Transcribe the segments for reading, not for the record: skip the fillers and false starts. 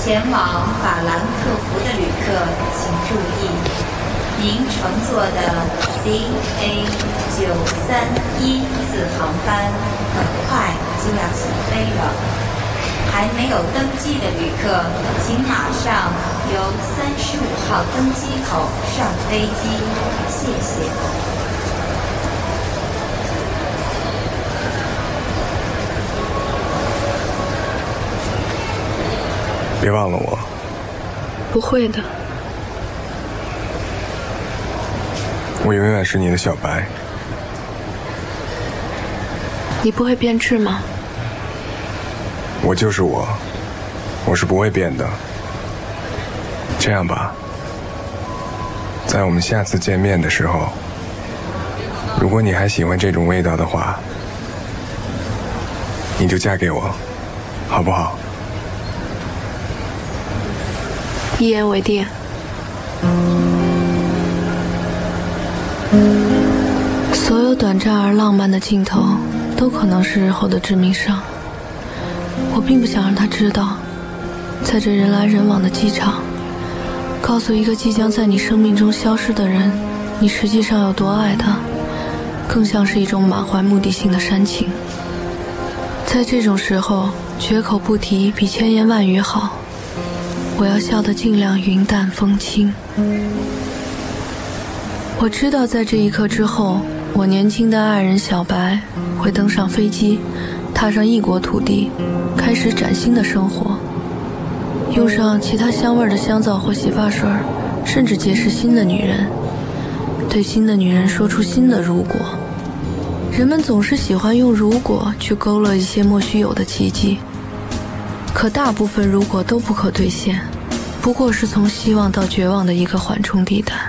前往法兰克福的旅客请注意，您乘坐的 CA931次航班很快就要起飞了。还没有登机的旅客，请马上由35号登机口上飞机，谢谢。 别忘了我。 不会的。 我永远是你的小白。 你不会变质吗？ 我就是我，我是不会变的。这样吧，在我们下次见面的时候，如果你还喜欢这种味道的话，你就嫁给我，好不好？ 一言为定。所有短暂而浪漫的镜头，都可能是日后的致命伤。我并不想让他知道，在这人来人往的机场，告诉一个即将在你生命中消失的人，你实际上有多爱他，更像是一种满怀目的性的煽情。在这种时候，绝口不提比千言万语好。我要笑得尽量云淡风轻。我知道在这一刻之后，我年轻的爱人小白会登上飞机，踏上异国土地，开始崭新的生活，用上其他香味的香皂或洗发水，甚至结识新的女人，对新的女人说出新的如果。人们总是喜欢用如果去勾勒一些莫须有的奇迹，可大部分如果都不可兑现，不过是从希望到绝望的一个缓冲地带。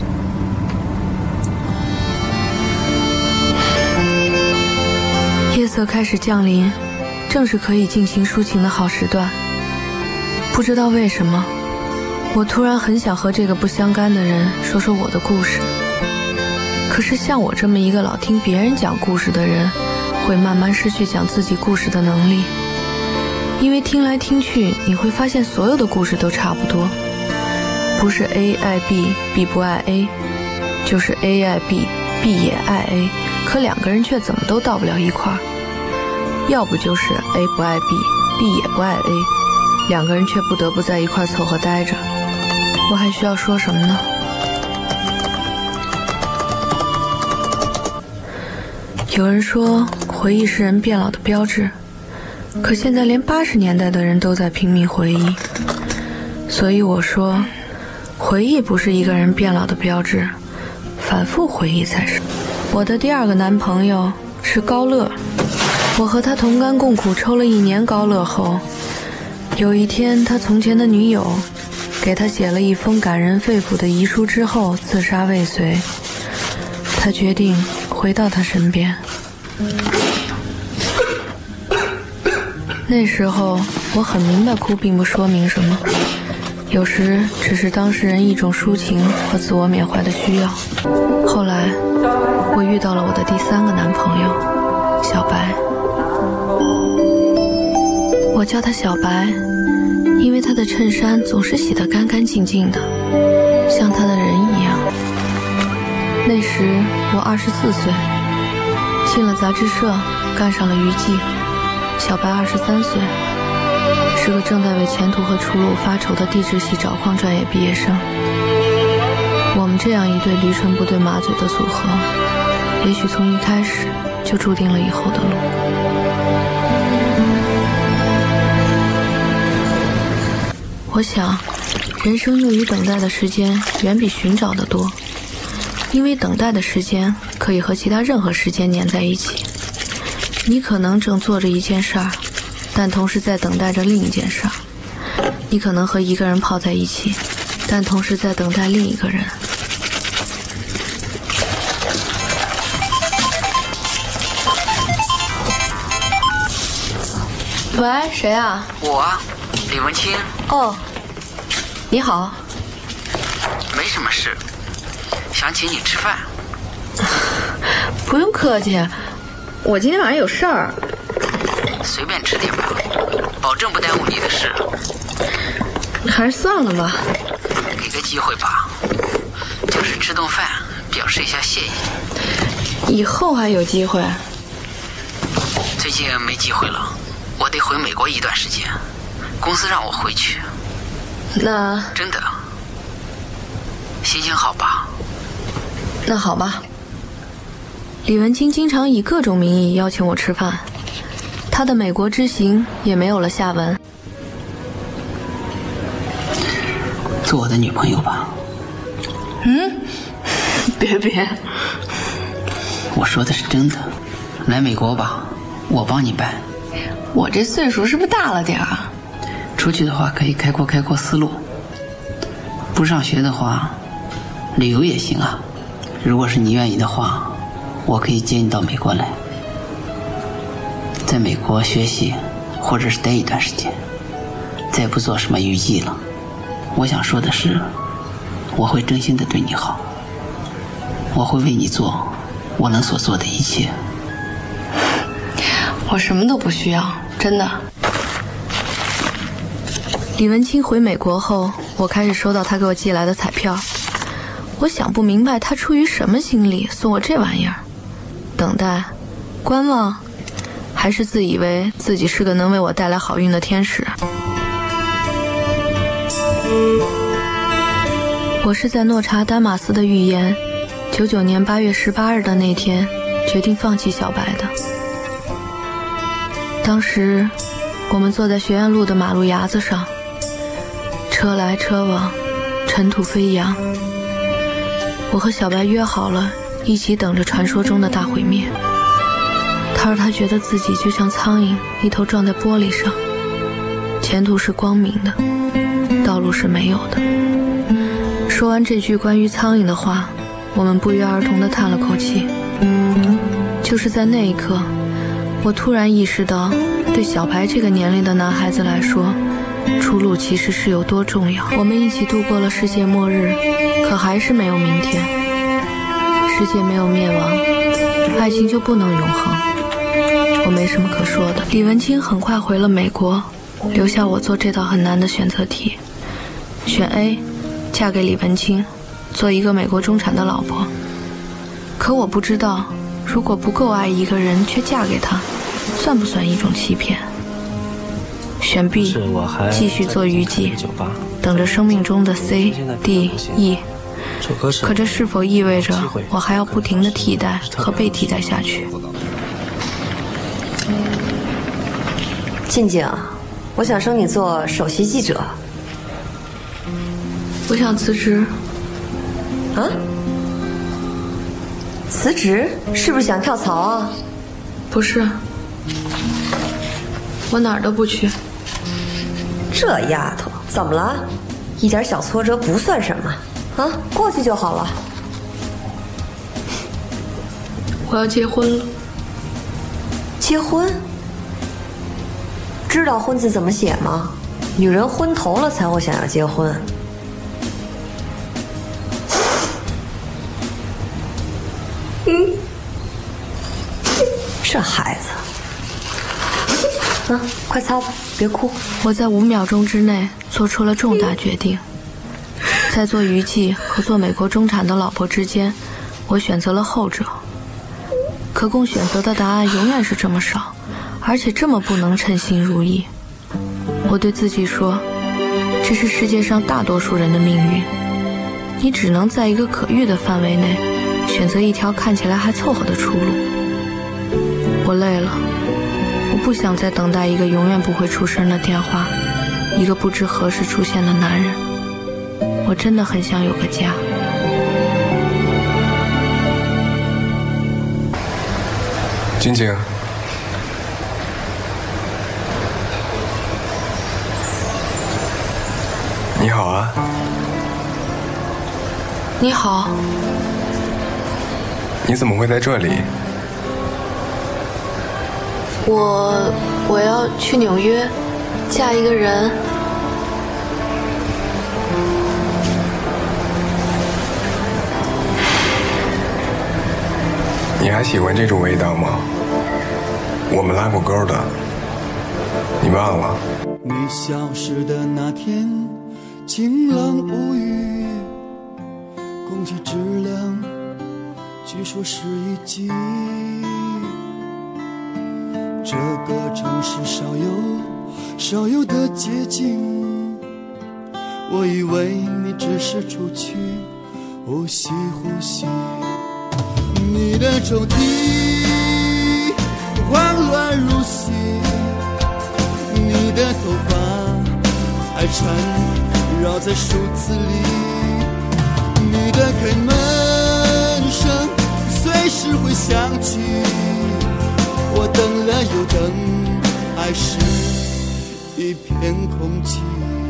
夜色开始降临，正是可以尽情抒情的好时段。不知道为什么，我突然很想和这个不相干的人说说我的故事。可是像我这么一个老听别人讲故事的人，会慢慢失去讲自己故事的能力。因为听来听去，你会发现所有的故事都差不多，不是 A 爱 B，B 不爱 A， 就是 A 爱 B，B 也爱 A， 可两个人却怎么都到不了一块儿。要不就是 A 不爱 B，B 也不爱 A， 两个人却不得不在一块凑合待着。我还需要说什么呢？有人说回忆是人变老的标志，可现在连80年代的人都在拼命回忆，所以我说回忆不是一个人变老的标志，反复回忆才是。我的第二个男朋友是高乐，我和他同甘共苦抽了1年高乐后，有一天他从前的女友给他写了一封感人肺腑的遗书之后自杀未遂，他决定回到他身边。那时候我很明白哭并不说明什么，有时只是当事人一种抒情和自我缅怀的需要。后来我遇到了我的第3个男朋友小白，我叫他小白，因为他的衬衫总是洗得干干净净的，像他的人一样。那时我24岁，进了杂志社，干上了娱记。小白23岁，是个正在为前途和出路发愁的地质系找矿专业毕业生。我们这样一对驴唇不对马嘴的组合，也许从一开始就注定了以后的路。我想，人生用于等待的时间远比寻找的多，因为等待的时间可以和其他任何时间粘在一起。你可能正做着一件事儿，但同时在等待着另一件事儿。你可能和一个人泡在一起，但同时在等待另一个人。喂，谁啊？ 我啊，李文清。 哦，你好。 没什么事，想请你吃饭。 不用客气，我今天晚上有事儿。 随便吃点吧，保证不耽误你的事。 还是算了吧。 给个机会吧，就是吃顿饭，表示一下谢意。 以后还有机会。 最近没机会了，我得回美国一段时间，公司让我回去。 那真的，心情好吧？ 那好吧。李文清经常以各种名义邀请我吃饭，他的美国之行也没有了下文。 做我的女朋友吧。 别， 我说的是真的，来美国吧，我帮你办。 我这岁数是不是大了点儿？ 出去的话可以开阔思路，不上学的话，旅游也行啊。如果是你愿意的话，我可以接你到美国来，在美国学习，或者是待一段时间，再不做什么娱记了。我想说的是，我会真心的对你好，我会为你做我能所做的一切。 我什么都不需要，真的。李文清回美国后，我开始收到他给我寄来的彩票。我想不明白他出于什么心理送我这玩意儿，等待、观望，还是自以为自己是个能为我带来好运的天使。我是在诺查丹马斯的预言99年8月18日的那天决定放弃小白的。当时我们坐在学院路的马路牙子上，车来车往，尘土飞扬。我和小白约好了一起等着传说中的大毁灭。他说他觉得自己就像苍蝇一头撞在玻璃上，前途是光明的，道路是没有的。说完这句关于苍蝇的话，我们不约而同地叹了口气。就是在那一刻，我突然意识到，对小白这个年龄的男孩子来说，出路其实是有多重要。我们一起度过了世界末日，可还是没有明天。世界没有灭亡，爱情就不能永恒。我没什么可说的。李文清很快回了美国，留下我做这道很难的选择题。选 A， 嫁给李文清，做一个美国中产的老婆。可我不知道，如果不够爱一个人却嫁给他，算不算一种欺骗？选 B， 继续做娱记，等着生命中的 C、D、E。可这是否意味着我还要不停地替代和被替代下去？ 静静，我想升你做首席记者。 我想辞职。 啊？辞职？是不是想跳槽啊？ 不是，我哪儿都不去。 这丫头怎么了？一点小挫折不算什么，啊，过去就好了。 我要结婚了。 结婚？知道婚字怎么写吗？女人昏头了才会想要结婚。这孩子，快擦吧，别哭。 我在5秒钟之内做出了重大决定，在做娱记和做美国中产的老婆之间，我选择了后者。可供选择的答案永远是这么少，而且这么不能称心如意。我对自己说，这是世界上大多数人的命运，你只能在一个可遇的范围内选择一条看起来还凑合的出路。我累了，我不想再等待一个永远不会出声的电话，一个不知何时出现的男人。我真的很想有个家。 晶晶，你好啊。 你好。 你怎么会在这里？ 我要去纽约，嫁一个人。 你还喜欢这种味道吗？我们拉过钩的，你忘了？ 你消失的那天， 晴朗无雨，空气质量据说是1级。这个城市少有的洁净，我以为你只是出去呼吸呼吸。你的抽屉慌乱如洗，你的头发还缠绕在梳子里，你的开门声随时会响起，我等了又等，还是一片空气。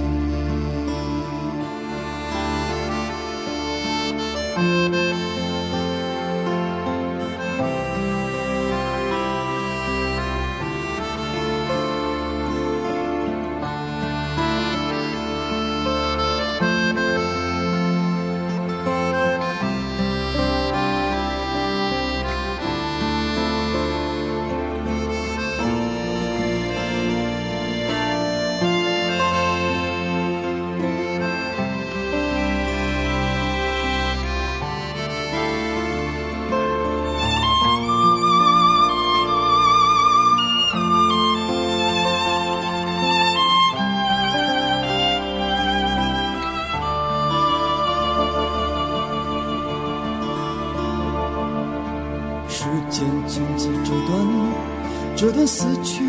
时间从此这段死去，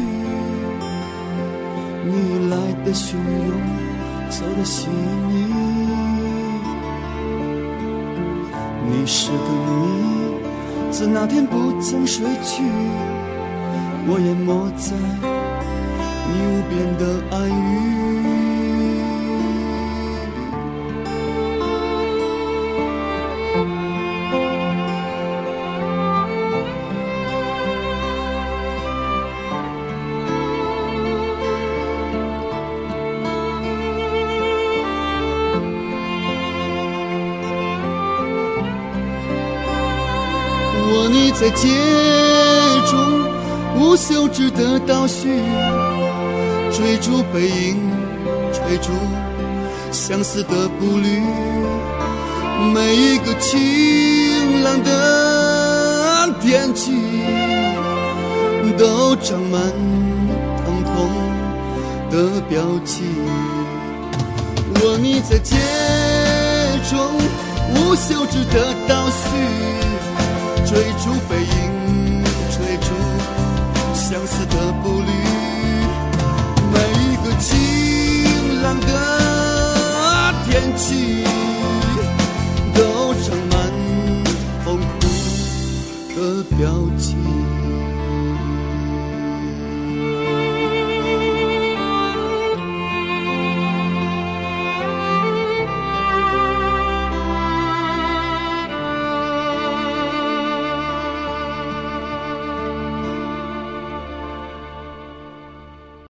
你来的汹涌，走的细腻，你是个谜，自那天不曾睡去，我淹没在你无边的暗语。握你在街中无休止的倒叙，追逐背影，追逐相似的步履，每一个晴朗的天气都长满疼痛的标记。握你在街中无休止的倒叙，追逐背影，追逐相似的步履，每一个晴朗的天气